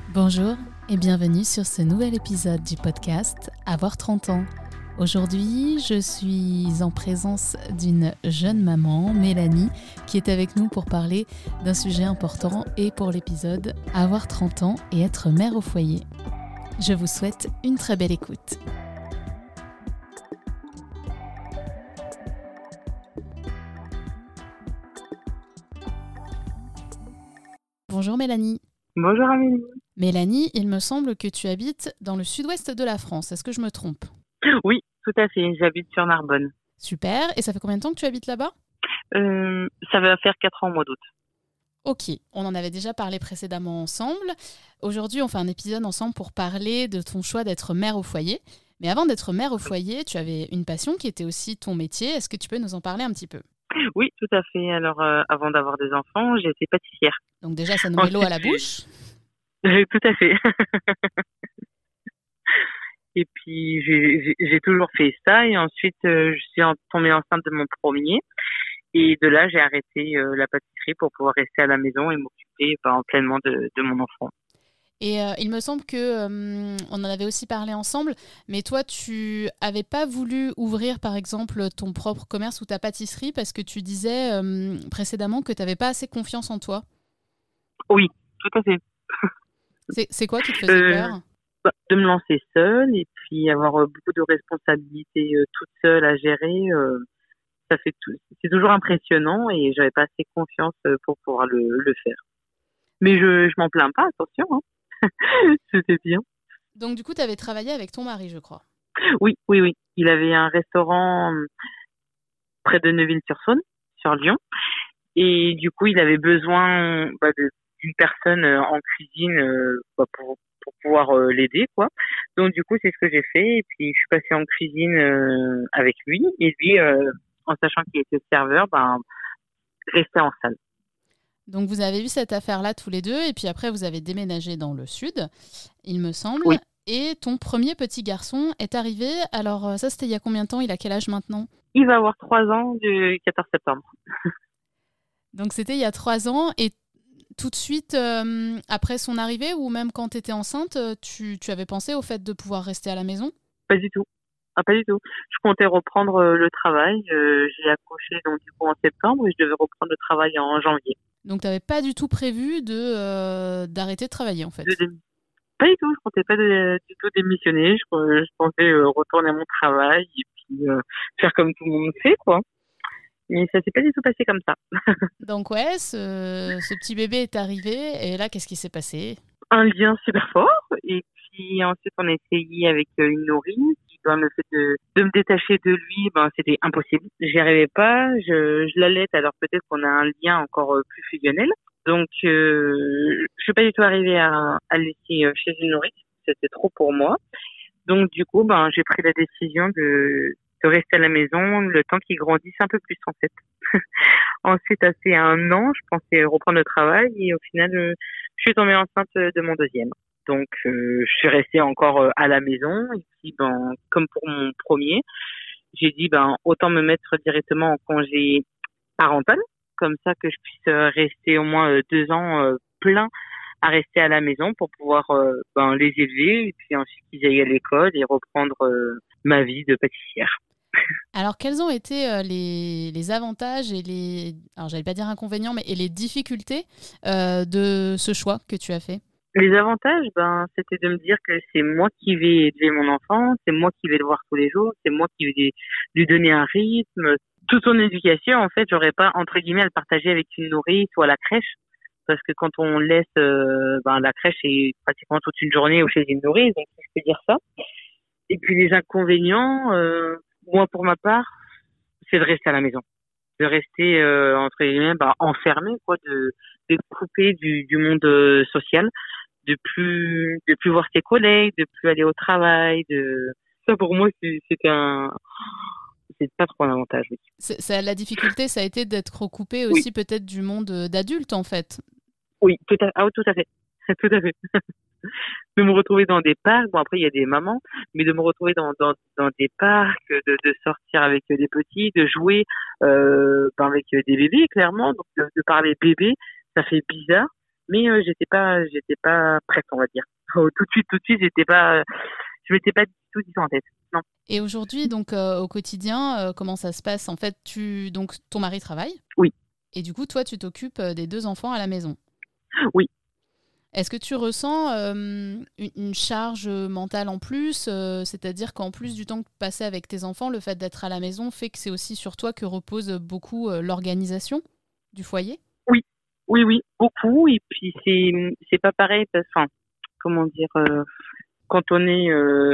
Bonjour et bienvenue sur ce nouvel épisode du podcast Avoir 30 ans. Aujourd'hui, je suis en présence d'une jeune maman, Mélanie, qui est avec nous pour parler d'un sujet important et pour l'épisode Avoir 30 ans et être mère au foyer. Je vous souhaite une très belle écoute. Bonjour Mélanie. Bonjour Amélie. Mélanie, il me semble que tu habites dans le sud-ouest de la France. Est-ce que je me trompe ? Oui, tout à fait. J'habite sur Narbonne. Super. Et ça fait combien de temps que tu habites là-bas ? Ça va faire 4 ans au mois d'août. Ok, on en avait déjà parlé précédemment ensemble. Aujourd'hui, on fait un épisode ensemble pour parler de ton choix d'être mère au foyer. Mais avant d'être mère au foyer, tu avais une passion qui était aussi ton métier. Est-ce que tu peux nous en parler un petit peu ? Oui, tout à fait. Alors, avant d'avoir des enfants, j'étais pâtissière. Donc déjà, ça nous met l'eau à la bouche. Tout à fait. Et puis, j'ai toujours fait ça. Et ensuite, je suis tombée enceinte de mon premier. Et de là, j'ai arrêté la pâtisserie pour pouvoir rester à la maison et m'occuper pleinement de mon enfant. Et il me semble que on en avait aussi parlé ensemble, mais toi, tu avais pas voulu ouvrir, par exemple, ton propre commerce ou ta pâtisserie parce que tu disais précédemment que tu n'avais pas assez confiance en toi. Oui, tout à fait. C'est quoi qui te faisait peur ? De me lancer seule et puis avoir beaucoup de responsabilités toute seule à gérer. Ça fait tout. C'est toujours impressionnant et j'avais pas assez confiance pour pouvoir le faire. Mais je m'en plains pas, attention. Hein. C'était bien. Donc du coup, tu avais travaillé avec ton mari, je crois. Oui. Il avait un restaurant près de Neuville-sur-Saône, sur Lyon. Et du coup, il avait besoin d'une personne en cuisine pour pouvoir l'aider, quoi. Donc du coup, c'est ce que j'ai fait. Et puis, je suis passée en cuisine avec lui. Et lui, en sachant qu'il était serveur, restait en salle. Donc vous avez eu cette affaire-là tous les deux, et puis après vous avez déménagé dans le sud, il me semble. Oui. Et ton premier petit garçon est arrivé. Alors ça, c'était il y a combien de temps ? Il a quel âge maintenant ? Il va avoir 3 ans du 14 septembre. Donc c'était il y a 3 ans, et tout de suite après son arrivée, ou même quand tu étais enceinte, tu avais pensé au fait de pouvoir rester à la maison ? Pas du tout. Pas du tout. Je comptais reprendre le travail. J'ai accouché donc du coup en septembre et je devais reprendre le travail en janvier. Donc tu n'avais pas du tout prévu d'arrêter de travailler en fait ? Pas du tout. Je comptais pas du tout démissionner. Je pensais retourner à mon travail et puis faire comme tout le monde fait, quoi. Mais ça s'est pas du tout passé comme ça. Donc ouais, ce petit bébé est arrivé et là, qu'est-ce qui s'est passé ? Un lien super fort et puis ensuite on a essayé avec une nourrice. Le fait de me détacher de lui, c'était impossible. J'y arrivais pas. Je l'allaite, alors peut-être qu'on a un lien encore plus fusionnel. Donc, je suis pas du tout arrivée à le laisser chez une nourrice. C'était trop pour moi. Donc, du coup, j'ai pris la décision de rester à la maison le temps qu'il grandisse un peu plus, en fait. Ensuite, assez 1 an, je pensais reprendre le travail et au final, je suis tombée enceinte de mon deuxième. Donc, je suis restée encore à la maison. Et puis, comme pour mon premier, j'ai dit, autant me mettre directement en congé parental, comme ça que je puisse rester au moins 2 ans pleins à rester à la maison pour pouvoir les élever et puis ensuite qu'ils aillent à l'école et reprendre ma vie de pâtissière. Alors, quels ont été les avantages et alors j'allais pas dire inconvénients, mais et les difficultés de ce choix que tu as fait ? Les avantages, c'était de me dire que c'est moi qui vais élever mon enfant, c'est moi qui vais le voir tous les jours, c'est moi qui vais lui donner un rythme. Toute son éducation, en fait, j'aurais pas, entre guillemets, à le partager avec une nourrice ou à la crèche. Parce que quand on laisse, la crèche est pratiquement toute une journée ou chez une nourrice, donc je peux dire ça. Et puis les inconvénients, moi pour ma part, c'est de rester à la maison. De rester, entre guillemets, enfermé, quoi, d'être coupé du monde social. De plus voir ses collègues, de plus aller au travail, ça pour moi c'est pas trop un avantage. Oui. La difficulté, ça a été d'être coupé aussi peut-être du monde d'adulte en fait. Oui, tout à fait, tout à fait. De me retrouver dans des parcs, après il y a des mamans, mais de me retrouver dans des parcs, de sortir avec des petits, de jouer avec des bébés clairement, donc de parler bébé, ça fait bizarre. mais j'étais pas prête, on va dire. Tout de suite, je m'étais pas du tout dit ça en tête. Non. Et aujourd'hui, donc au quotidien, comment ça se passe? En fait, donc ton mari travaille Oui, et du coup, toi, tu t'occupes des 2 enfants à la maison. oui. Est-ce que tu ressens une charge mentale en plus, c'est-à-dire qu'en plus du temps passé avec tes enfants, le fait d'être à la maison fait que c'est aussi sur toi que repose beaucoup l'organisation du foyer? Oui, oui, oui, beaucoup. Et puis c'est pas pareil parce, enfin, comment dire, quand on est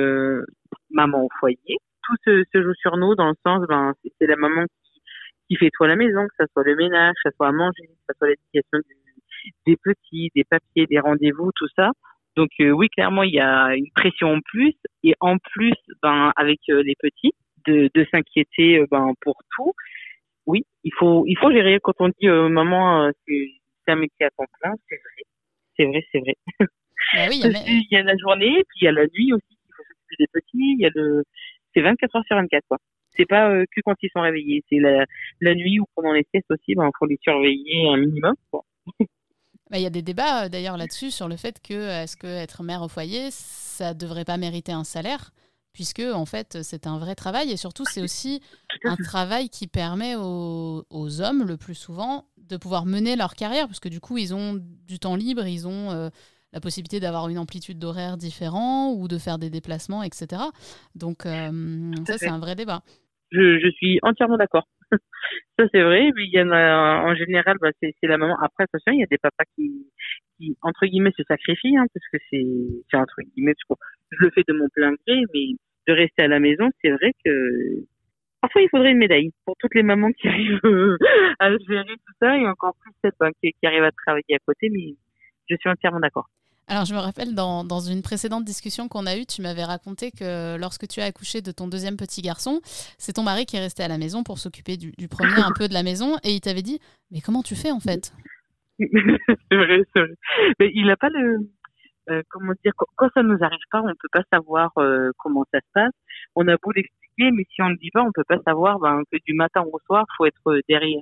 maman au foyer, tout se joue sur nous dans le sens, ben c'est la maman qui fait tout à la maison, que ça soit le ménage, que ça soit à manger, que ça soit l'éducation des petits, des papiers, des rendez-vous, tout ça. Donc oui, clairement, il y a une pression en plus, et en plus, ben avec les petits, de s'inquiéter ben pour tout. Oui, il faut gérer. Quand on dit maman, c'est un métier à temps plein, c'est vrai, c'est vrai, c'est vrai. Bah oui, Parce qu'il y a la journée, puis il y a la nuit aussi, il faut s'occuper des petits. C'est 24 heures sur 24, quoi. C'est pas que quand ils sont réveillés, c'est la nuit ou pendant les siestes aussi, ben faut les surveiller un minimum, quoi. bah, y a des débats d'ailleurs là-dessus sur le fait que est-ce que être mère au foyer, ça devrait pas mériter un salaire, puisque en fait c'est un vrai travail et surtout c'est aussi Tout à un fait. travail qui permet aux hommes le plus souvent de pouvoir mener leur carrière, parce que du coup ils ont du temps libre, ils ont la possibilité d'avoir une amplitude d'horaire différente ou de faire des déplacements, etc. Donc Tout à ça c'est fait. un vrai débat. Je suis entièrement d'accord. Ça, c'est vrai. Mais il y en a, en général, bah, c'est la maman. Après, attention, il y a des papas entre guillemets, se sacrifient, hein, parce que c'est entre guillemets, je le fais de mon plein gré, mais de rester à la maison, c'est vrai que parfois, il faudrait une médaille pour toutes les mamans qui arrivent à gérer tout ça, et encore plus celles ben, qui arrivent à travailler à côté, mais je suis entièrement d'accord. Alors, je me rappelle, dans une précédente discussion qu'on a eue, tu m'avais raconté que lorsque tu as accouché de ton deuxième petit garçon, c'est ton mari qui est resté à la maison pour s'occuper du premier un peu de la maison, et il t'avait dit, mais comment tu fais en fait? C'est vrai, c'est vrai. Mais il n'a pas comment dire, quand ça nous arrive pas, on peut pas savoir comment ça se passe. On a beau l'expliquer, mais si on ne le dit pas, on peut pas savoir ben, que du matin au soir, faut être derrière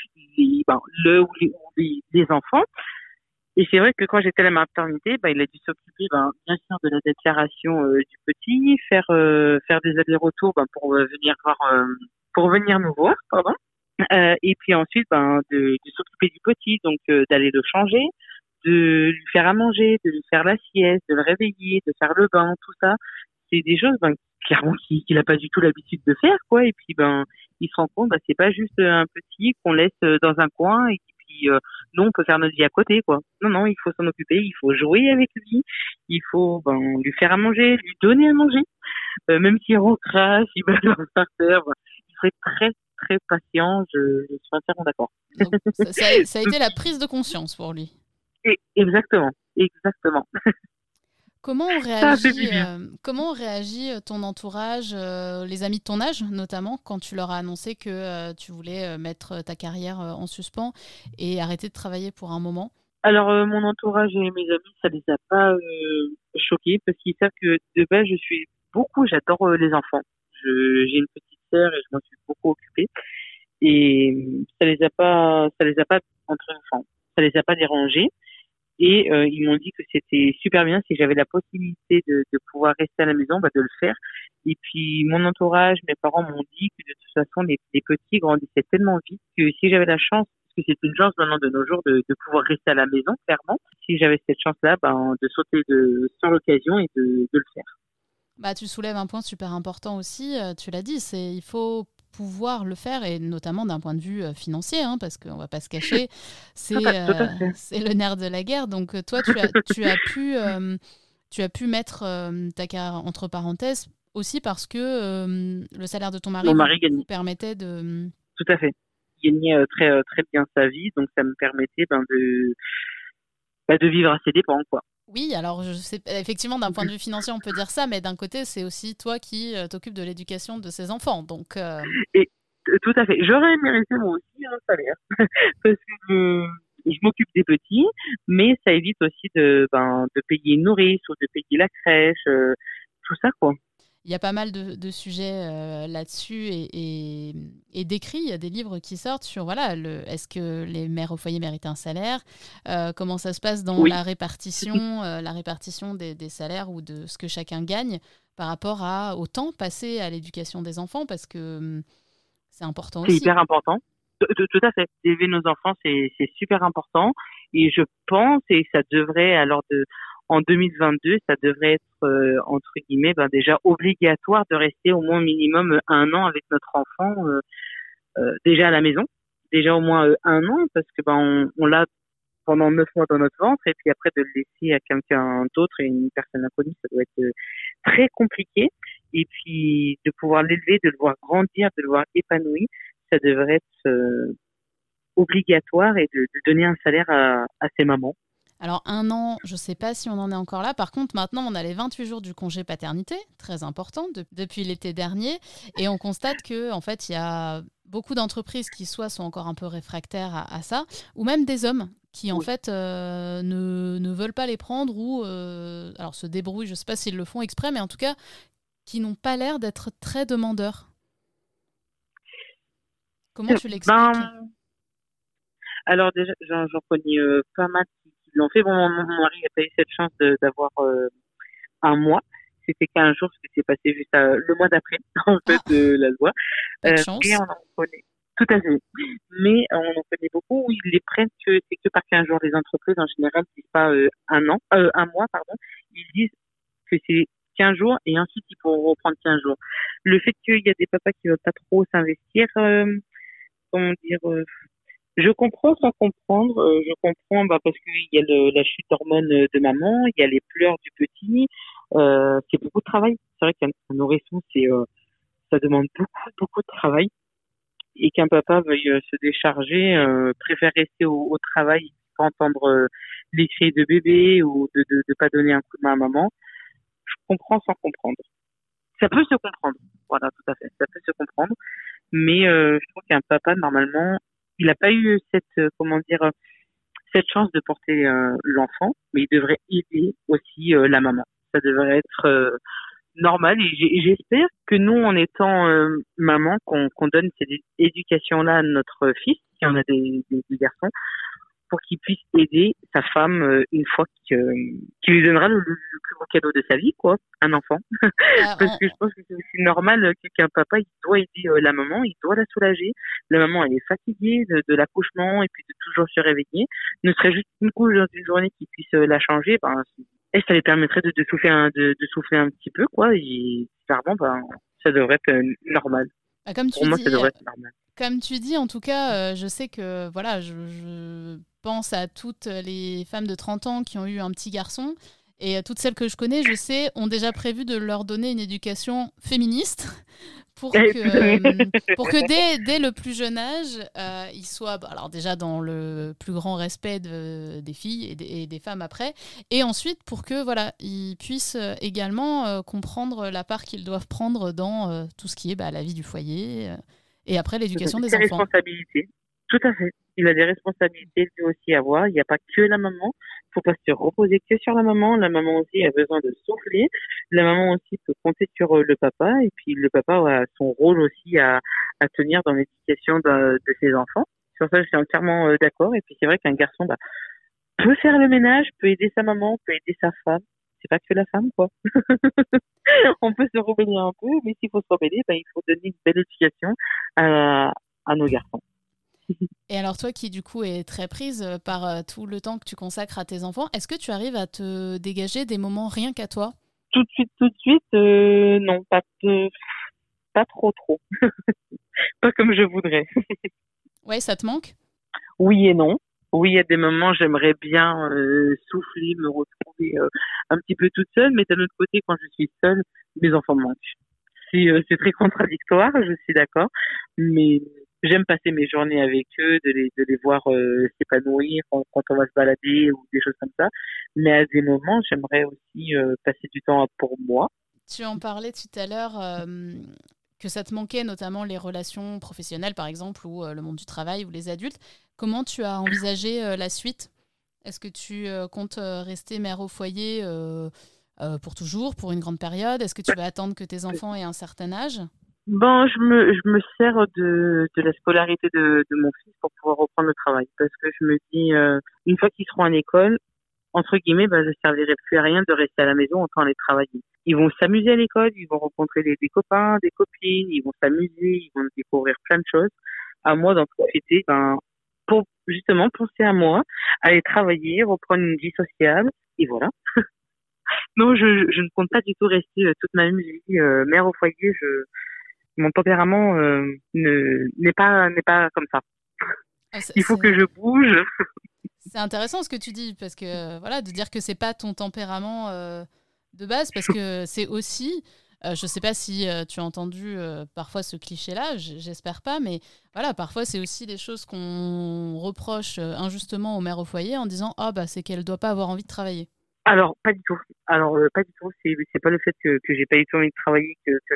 les enfants. Et c'est vrai que quand j'étais à la maternité, ben, il a dû s'occuper, ben, bien sûr, de la déclaration du petit, faire des allers-retours ben, pour venir nous voir, pardon. Et puis ensuite, ben, de s'occuper du petit, donc d'aller le changer, de lui faire à manger, de lui faire la sieste, de le réveiller, de faire le bain, tout ça. C'est des choses, ben, clairement, qu'il a pas du tout l'habitude de faire, quoi. Et puis, ben, il se rend compte, ben, c'est pas juste un petit qu'on laisse dans un coin et puis, nous, on peut faire notre vie à côté, quoi. Non, non, il faut s'en occuper, il faut jouer avec lui, il faut, ben, lui faire à manger, lui donner à manger. Même s'il recrache, il balance par terre, ben, il faut être très, très patient, je suis entièrement d'accord. Donc, ça a été la prise de conscience pour lui. Exactement, exactement. Ça fait du bien. Comment réagit ton entourage, les amis de ton âge notamment, quand tu leur as annoncé que tu voulais mettre ta carrière en suspens et arrêter de travailler pour un moment? Alors, mon entourage et mes amis, ça les a pas choqués parce qu'ils savent que de base, j'adore les enfants. J'ai une petite sœur et je m'en suis beaucoup occupée. Et ça les a pas enfin, ça les a pas dérangés. Et ils m'ont dit que c'était super bien si j'avais la possibilité de pouvoir rester à la maison, bah, de le faire. Et puis mon entourage, mes parents m'ont dit que de toute façon les petits grandissaient tellement vite que si j'avais la chance, parce que c'est une chance maintenant de nos jours de pouvoir rester à la maison, clairement, si j'avais cette chance-là, ben, de sauter sur l'occasion et de le faire. Bah, tu soulèves un point super important aussi, tu l'as dit, il faut pouvoir le faire, et notamment d'un point de vue financier, hein, parce qu'on ne va pas se cacher, Tout à fait. c'est le nerf de la guerre. Donc toi, tu as pu mettre ta carrière entre parenthèses aussi parce que le salaire de ton mari Mon vous, mari vous gagne permettait de... tout à fait. Il gagnait très bien sa vie, donc ça me permettait ben, de vivre à ses dépens, quoi. Oui, alors je sais, effectivement, d'un point de vue financier, on peut dire ça, mais d'un côté, c'est aussi toi qui t'occupes de l'éducation de ses enfants. Donc, Et tout à fait. J'aurais mérité moi aussi un salaire parce que je m'occupe des petits, mais ça évite aussi de payer une nourrice ou de payer la crèche, tout ça, quoi. il y a pas mal de sujets là-dessus et d'écrits. Il y a des livres qui sortent sur voilà, est-ce que les mères au foyer méritent un salaire, comment ça se passe dans Oui. la répartition des salaires ou de ce que chacun gagne par rapport au temps passé à l'éducation des enfants, parce que c'est important C'est aussi. hyper important. Tout à fait. Élever nos enfants, c'est super important. Et je pense, et ça devrait, en 2022, ça devrait être, entre guillemets, déjà obligatoire de rester au moins minimum 1 an avec notre enfant, déjà à la maison. Déjà au moins 1 an, parce que, on l'a pendant 9 mois dans notre ventre, et puis après de le laisser à quelqu'un d'autre et une personne inconnue, ça doit être très compliqué. Et puis de pouvoir l'élever, de le voir grandir, de le voir épanoui, ça devrait être obligatoire, et de donner un salaire à ces mamans. Alors 1 an, je ne sais pas si on en est encore là. Par contre, maintenant, on a les 28 jours du congé paternité, très important, depuis l'été dernier. Et on constate qu'en fait, il y a beaucoup d'entreprises qui soit sont encore un peu réfractaires à ça, ou même des hommes qui en fait ne veulent pas les prendre ou alors se débrouillent, je ne sais pas s'ils le font exprès, mais en tout cas, qui n'ont pas l'air d'être très demandeurs. Comment tu l'expliques ? Alors déjà, j'en connais pas mal qui l'ont fait. Bon, mon mari n'a pas eu cette chance d'avoir un mois. C'était qu'15 jours, ce qui s'est passé juste le mois d'après, en fait, de la loi. Pas de chance. Mais on en connaît, tout à fait. Mais on en connaît beaucoup où ils les prennent c'est que par 15 jours. Les entreprises, en général, ne disent pas 1 mois, pardon. Ils disent que c'est 15 jours et ensuite ils pourront reprendre 15 jours. Le fait qu'il y a des papas qui veulent pas trop s'investir, comment dire, je comprends sans comprendre. Je comprends parce qu'il y a la chute d'hormones de maman, il y a les pleurs du petit. C'est beaucoup de travail. C'est vrai qu'un nourrisson, ça demande beaucoup, beaucoup de travail. Et qu'un papa veuille se décharger, préfère rester au travail, pas entendre les cris de bébé ou de pas donner un coup de main à maman. Je comprends sans comprendre. Ça peut se comprendre. Voilà, tout à fait. Ça peut se comprendre. Mais je trouve qu'un papa, normalement, il n'a pas eu cette chance de porter l'enfant, mais il devrait aider aussi la maman. Ça devrait être normal, et j'espère que nous, en étant maman, qu'on donne cette éducation-là à notre fils, si on a des garçons, pour qu'il puisse aider sa femme une fois qu'il lui donnera le plus beau cadeau de sa vie, quoi, un enfant. Parce que je pense que c'est aussi normal qu'un papa, il doit aider la maman, il doit la soulager. La maman, elle est fatiguée de l'accouchement et puis de toujours se réveiller. Ne serait juste une couche dans une journée qui puisse la changer, et ça les permettrait de souffler de souffler un petit peu, quoi. Et clairement, ça devrait être normal. Pour moi, ça devrait être normal. Comme tu dis, en tout cas, je sais que voilà, je pense à toutes les femmes de 30 ans qui ont eu un petit garçon, et toutes celles que je connais, je sais, ont déjà prévu de leur donner une éducation féministe pour que dès le plus jeune âge, ils soient alors déjà dans le plus grand respect des filles et des femmes après, et ensuite pour que voilà, ils puissent également comprendre la part qu'ils doivent prendre dans tout ce qui est la vie du foyer. Et après, l'éducation des enfants. Responsabilités. Tout à fait. Il a des responsabilités lui aussi à avoir. Il n'y a pas que la maman. Il ne faut pas se reposer que sur la maman. La maman aussi a besoin de souffler. La maman aussi peut compter sur le papa. Et puis le papa a son rôle aussi à tenir dans l'éducation de ses enfants. Sur ça, je suis entièrement d'accord. Et puis c'est vrai qu'un garçon peut faire le ménage, peut aider sa maman, peut aider sa femme. C'est pas que la femme, quoi. On peut se rebeller un peu, mais s'il faut se rebeller, il faut donner une belle éducation à nos garçons. Et alors toi qui du coup est très prise par tout le temps que tu consacres à tes enfants, est-ce que tu arrives à te dégager des moments rien qu'à toi ? Tout de suite, non, pas trop. Pas comme je voudrais. Ouais, ça te manque ? Oui et non. Oui, il y a des moments, j'aimerais bien souffler, me retrouver un petit peu toute seule, mais d'un autre côté, quand je suis seule, mes enfants me manquent. C'est très contradictoire, je suis d'accord, mais j'aime passer mes journées avec eux, de les voir s'épanouir quand on va se balader ou des choses comme ça. Mais à des moments, j'aimerais aussi passer du temps pour moi. Tu en parlais tout à l'heure, que ça te manquait, notamment les relations professionnelles, par exemple, ou le monde du travail, ou les adultes. Comment tu as envisagé la suite ? Est-ce que tu comptes rester mère au foyer pour toujours, pour une grande période? Est-ce que tu vas attendre que tes enfants aient un certain âge? Bon, je me sers de la scolarité de mon fils pour pouvoir reprendre le travail. Parce que je me dis, une fois qu'ils seront à l'école, entre guillemets, je servirai plus à rien de rester à la maison, autant aller travailler. Ils vont s'amuser à l'école, ils vont rencontrer des copains, des copines, ils vont s'amuser, ils vont découvrir plein de choses. À moi d'en profiter, pour justement penser à moi, aller travailler, reprendre une vie sociale, et voilà. Non, je ne compte pas du tout rester toute ma vie mère au foyer. Mon tempérament n'est pas comme ça. Ah, Il faut que je bouge. C'est intéressant ce que tu dis, parce que voilà, de dire que c'est pas ton tempérament de base, parce que c'est aussi, je sais pas si tu as entendu parfois ce cliché-là, j'espère pas, mais voilà, parfois c'est aussi des choses qu'on reproche injustement aux mères au foyer en disant c'est qu'elle doit pas avoir envie de travailler. Alors pas du tout. Pas du tout. C'est pas le fait que j'ai pas du tout envie de travailler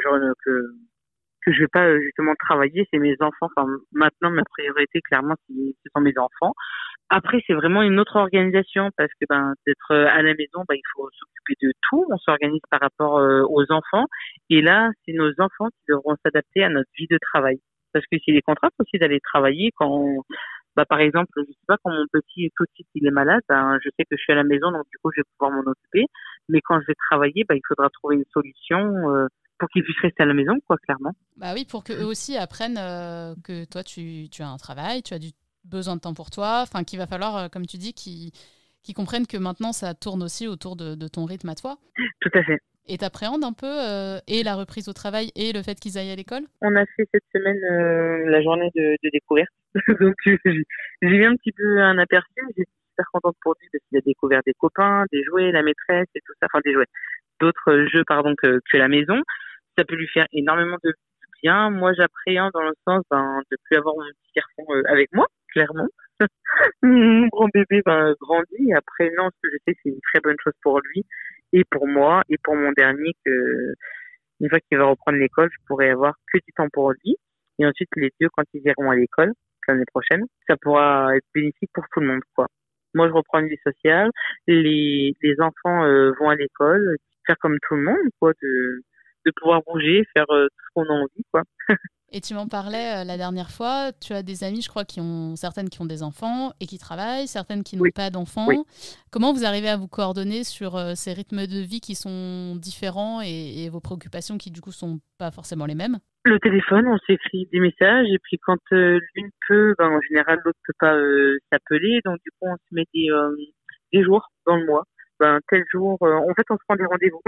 que je vais pas justement travailler. C'est mes enfants. Enfin, maintenant ma priorité clairement ce sont mes enfants. Après, c'est vraiment une autre organisation parce que d'être à la maison, il faut s'occuper de tout. On s'organise par rapport aux enfants. Et là, c'est nos enfants qui devront s'adapter à notre vie de travail. Parce que c'est des contraintes aussi d'aller travailler quand, par exemple, je sais pas, quand mon petit tout de suite il est malade, je sais que je suis à la maison, donc du coup, je vais pouvoir m'en occuper. Mais quand je vais travailler, il faudra trouver une solution pour qu'ils puissent rester à la maison, quoi, clairement. Bah oui, pour qu'eux aussi apprennent que toi, tu as un travail, tu as besoin de temps pour toi, enfin qu'il va falloir, comme tu dis, qu'ils comprennent que maintenant ça tourne aussi autour de ton rythme à toi. Tout à fait. Et t'appréhendes un peu et la reprise au travail et le fait qu'ils aillent à l'école? On a fait cette semaine la journée de découverte. Donc j'ai eu un petit peu un aperçu. J'étais super contente pour lui parce qu'il a découvert des copains, des jouets, la maîtresse et tout ça. Enfin des jouets, d'autres jeux que la maison. Ça peut lui faire énormément de bien. Moi j'appréhende dans le sens de plus avoir mon petit garçon avec moi, clairement. Mon grand bébé grandit. Après non, ce que je sais c'est une très bonne chose pour lui et pour moi et pour mon dernier que une fois qu'il va reprendre l'école, je pourrai avoir que du temps pour lui. Et ensuite, les deux, quand ils iront à l'école, l'année prochaine, ça pourra être bénéfique pour tout le monde, quoi. Moi, je reprends une vie sociale. Les enfants vont à l'école, faire comme tout le monde, quoi, de pouvoir bouger, faire tout ce qu'on a envie, quoi. Et tu m'en parlais la dernière fois, tu as des amies, je crois, certaines qui ont des enfants et qui travaillent, certaines qui n'ont pas d'enfants. Oui. Comment vous arrivez à vous coordonner sur ces rythmes de vie qui sont différents et vos préoccupations qui, du coup, sont pas forcément les mêmes? Le téléphone, on s'écrit des messages et puis quand l'une peut, en général, l'autre peut pas s'appeler. Donc, du coup, on se met des jours dans le mois. Tel jour, en fait, on se prend des rendez-vous.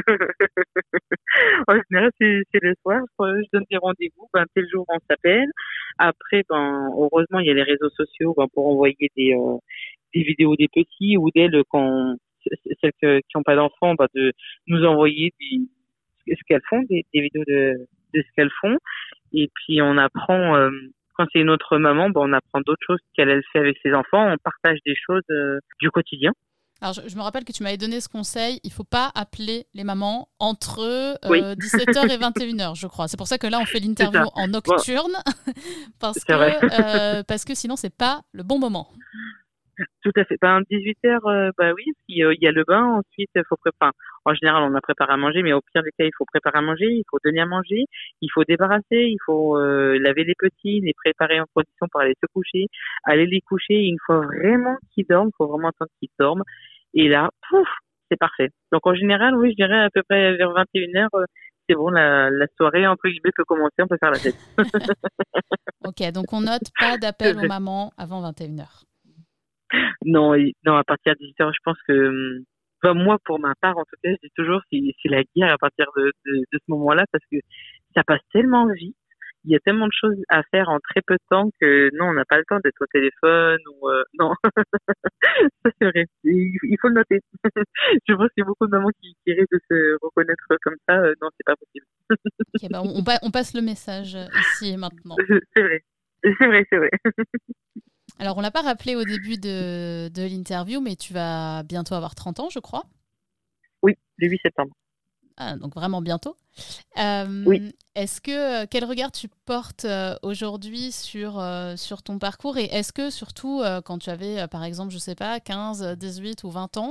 En général, c'est le soir, je donne des rendez-vous. Tel jour, on s'appelle. Après, heureusement, il y a les réseaux sociaux pour envoyer des vidéos des petits ou d'elles, celles qui n'ont pas d'enfants, de nous envoyer ce qu'elles font, des vidéos de ce qu'elles font. Et puis, on apprend, quand c'est une autre maman, on apprend d'autres choses qu'elle fait avec ses enfants. On partage des choses du quotidien. Alors, je me rappelle que tu m'avais donné ce conseil, il ne faut pas appeler les mamans entre 17h et 21h, je crois. C'est pour ça que là, on fait l'interview en nocturne, parce que sinon, ce n'est pas le bon moment. Tout à fait. 18h, oui, il y a le bain, ensuite, il faut préparer. En général, on a préparé à manger, mais au pire des cas, il faut préparer à manger, il faut donner à manger, il faut débarrasser, il faut laver les petits, les préparer en condition pour aller se coucher, aller les coucher. Une fois vraiment qu'ils dorment, il faut vraiment attendre qu'ils dorment. Et là, pouf, c'est parfait. Donc, en général, oui, je dirais à peu près vers 21h, c'est bon, la soirée, entre guillemets, peut commencer, on peut faire la tête. Ok, donc on note pas d'appel aux mamans avant 21h. Non, à partir de 18h, je pense que, moi, pour ma part, en tout cas, je dis toujours, c'est la guerre à partir de ce moment-là, parce que ça passe tellement vite, il y a tellement de choses à faire en très peu de temps que non, on n'a pas le temps d'être au téléphone ou non. Ça c'est vrai, il faut le noter. Je pense qu'il y a beaucoup de mamans qui risquent de se reconnaître comme ça. Non, c'est pas possible. Okay, on passe le message ici et maintenant. C'est vrai. Alors, on l'a pas rappelé au début de l'interview, mais tu vas bientôt avoir 30 ans, je crois. Oui, le 8 septembre. Ah, donc vraiment bientôt. Oui. Quel regard tu portes aujourd'hui sur ton parcours et est-ce que surtout quand tu avais par exemple, je sais pas, 15, 18 ou 20 ans,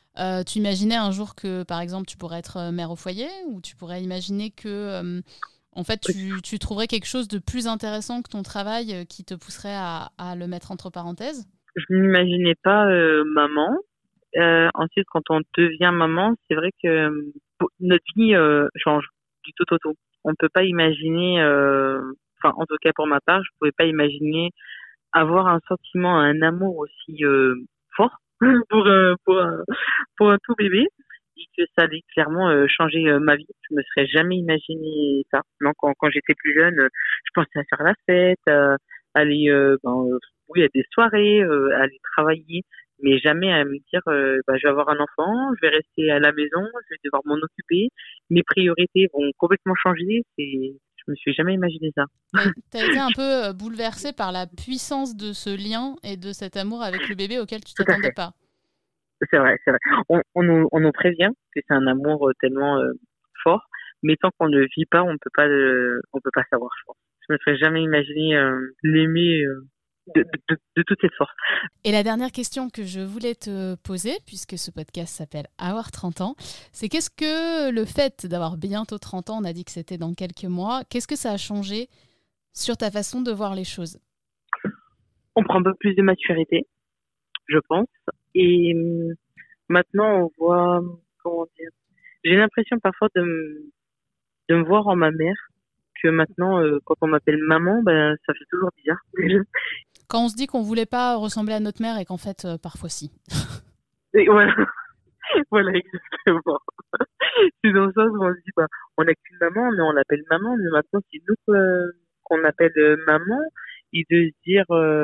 Tu imaginais un jour que, par exemple, tu pourrais être mère au foyer, ou tu pourrais imaginer que, en fait, tu trouverais quelque chose de plus intéressant que ton travail qui te pousserait à le mettre entre parenthèses? Je m'imaginais pas maman. Ensuite, quand on devient maman, c'est vrai que notre vie change du tout au tout. On ne peut pas imaginer, enfin, en tout cas pour ma part, je pouvais pas imaginer avoir un sentiment, un amour aussi fort pour un tout bébé, et que ça allait clairement changer ma vie. Je me serais jamais imaginé ça. Non, quand j'étais plus jeune, je pensais à faire la fête, aller oui, à des soirées, aller travailler, mais jamais à me dire je vais avoir un enfant, je vais rester à la maison, je vais devoir m'en occuper, mes priorités vont complètement changer. Je me suis jamais imaginé ça. Tu as été un peu bouleversée par la puissance de ce lien et de cet amour avec le bébé auquel tu t'attendais pas. C'est vrai, c'est vrai. On nous prévient que c'est un amour tellement fort, mais tant qu'on ne le vit pas, on peut pas savoir, je pense. Je me serais jamais imaginé l'aimer de toute cette force. Et la dernière question que je voulais te poser, puisque ce podcast s'appelle Avoir 30 ans, c'est qu'est-ce que le fait d'avoir bientôt 30 ans, on a dit que c'était dans quelques mois, qu'est-ce que ça a changé sur ta façon de voir les choses? On prend un peu plus de maturité, je pense. Et maintenant, on voit, comment dire, j'ai l'impression parfois de me voir en ma mère, que maintenant, quand on m'appelle maman, ça fait toujours bizarre. Quand on se dit qu'on voulait pas ressembler à notre mère et qu'en fait, parfois si. Et voilà. Voilà, exactement. C'est dans le sens où on se dit, on n'a qu'une maman, mais on l'appelle maman, mais maintenant, c'est nous qu'on appelle maman, et de se dire,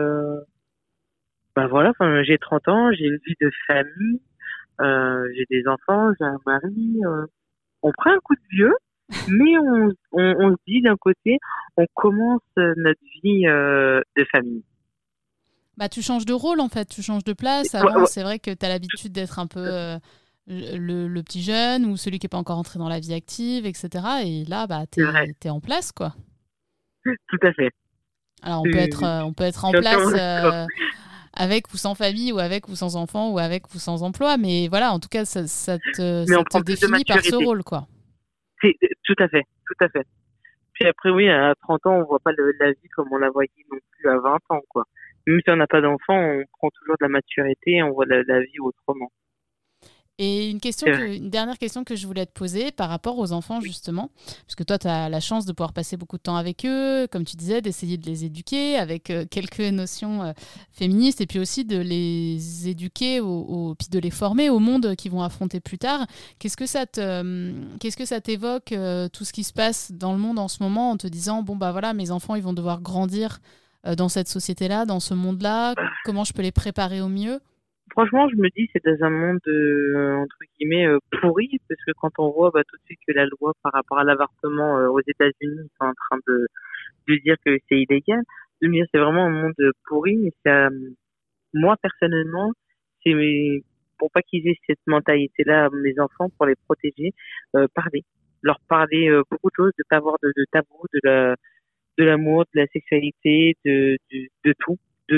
voilà, j'ai 30 ans, j'ai une vie de famille, j'ai des enfants, j'ai un mari, on prend un coup de vieux, mais on se dit d'un côté, on commence notre vie de famille. Tu changes de rôle en fait, tu changes de place. Avant, c'est vrai que tu as l'habitude d'être un peu le petit jeune ou celui qui n'est pas encore entré dans la vie active, etc. Et là, t'es en place, quoi. Tout à fait. Alors, on peut être en place avec ou sans famille, ou avec ou sans enfant, ou avec ou sans emploi. Mais voilà, en tout cas, ça te définit par ce rôle, quoi. Tout à fait, tout à fait. Puis après, oui, à 30 ans, on voit pas la vie comme on la voyait non plus à 20 ans, quoi. Même si on n'a pas d'enfant, on prend toujours de la maturité, on voit la vie autrement. Et une dernière question que je voulais te poser par rapport aux enfants, justement, parce que toi, tu as la chance de pouvoir passer beaucoup de temps avec eux, comme tu disais, d'essayer de les éduquer avec quelques notions féministes, et puis aussi de les éduquer, puis de les former au monde qu'ils vont affronter plus tard. Qu'est-ce que ça t'évoque, tout ce qui se passe dans le monde en ce moment, en te disant, voilà, mes enfants, ils vont devoir grandir dans cette société-là, dans ce monde-là, comment je peux les préparer au mieux? Franchement, je me dis c'est dans un monde entre guillemets pourri, parce que quand on voit tout de suite que la loi par rapport à l'avortement aux États-Unis sont en train de dire que c'est illégal, de me dire c'est vraiment un monde pourri. Mais ça, moi personnellement, c'est pour pas qu'ils aient cette mentalité-là, mes enfants, pour les protéger, leur parler beaucoup de choses, de pas avoir de tabou, de l'amour, de la sexualité, de tout. De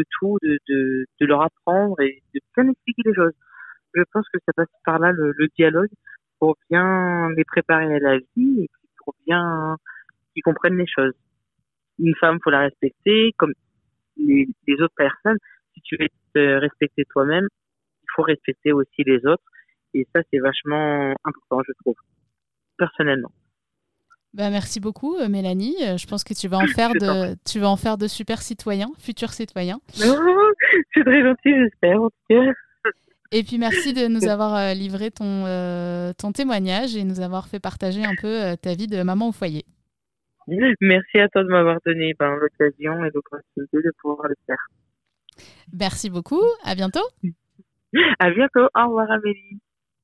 leur apprendre et de bien expliquer les choses. Je pense que ça passe par là, le dialogue, pour bien les préparer à la vie et puis pour bien qu'ils comprennent les choses. Une femme, faut la respecter comme les autres personnes. Si tu veux te respecter toi-même, il faut respecter aussi les autres. Et ça, c'est vachement important, je trouve, personnellement. Merci beaucoup, Mélanie. Je pense que tu vas en faire de super citoyens, futurs citoyens. C'est très gentil, j'espère, en tout cas. Et puis merci de nous avoir livré ton témoignage et nous avoir fait partager un peu ta vie de maman au foyer. Merci à toi de m'avoir donné l'occasion et l'opportunité de pouvoir le faire. Merci beaucoup. À bientôt. À bientôt. Au revoir, Amélie.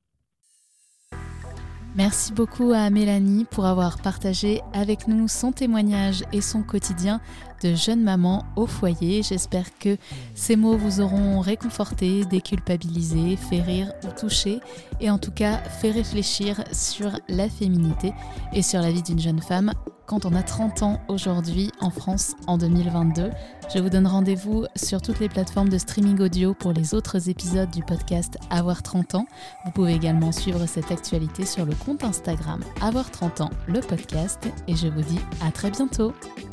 Merci beaucoup à Mélanie pour avoir partagé avec nous son témoignage et son quotidien de jeune maman au foyer. J'espère que ces mots vous auront réconforté, déculpabilisé, fait rire ou touché, et en tout cas fait réfléchir sur la féminité et sur la vie d'une jeune femme quand on a 30 ans aujourd'hui en France en 2022. Je vous donne rendez-vous sur toutes les plateformes de streaming audio pour les autres épisodes du podcast Avoir 30 ans. Vous pouvez également suivre cette actualité sur le compte Instagram Avoir 30 ans, le podcast. Et je vous dis à très bientôt.